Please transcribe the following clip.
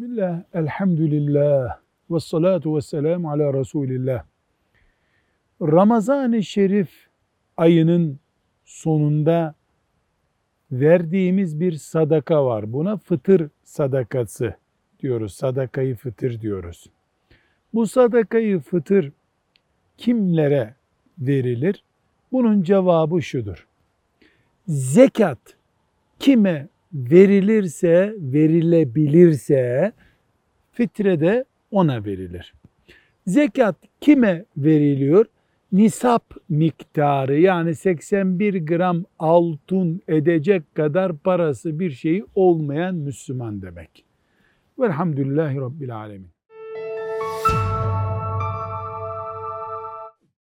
Bismillah, elhamdülillah, ve salatu ve selamu ala Resulillah. Ramazan-ı Şerif ayının sonunda verdiğimiz bir sadaka var. Buna fıtır sadakası diyoruz. Sadakayı fıtır diyoruz. Bu sadakayı fıtır kimlere verilir? Bunun cevabı şudur. Zekat kime verilirse, verilebilirse fitre de ona verilir. Zekat kime veriliyor? Nisap miktarı, yani 81 gram altın edecek kadar parası bir şeyi olmayan Müslüman demek. Velhamdülillahi Rabbil Alemin.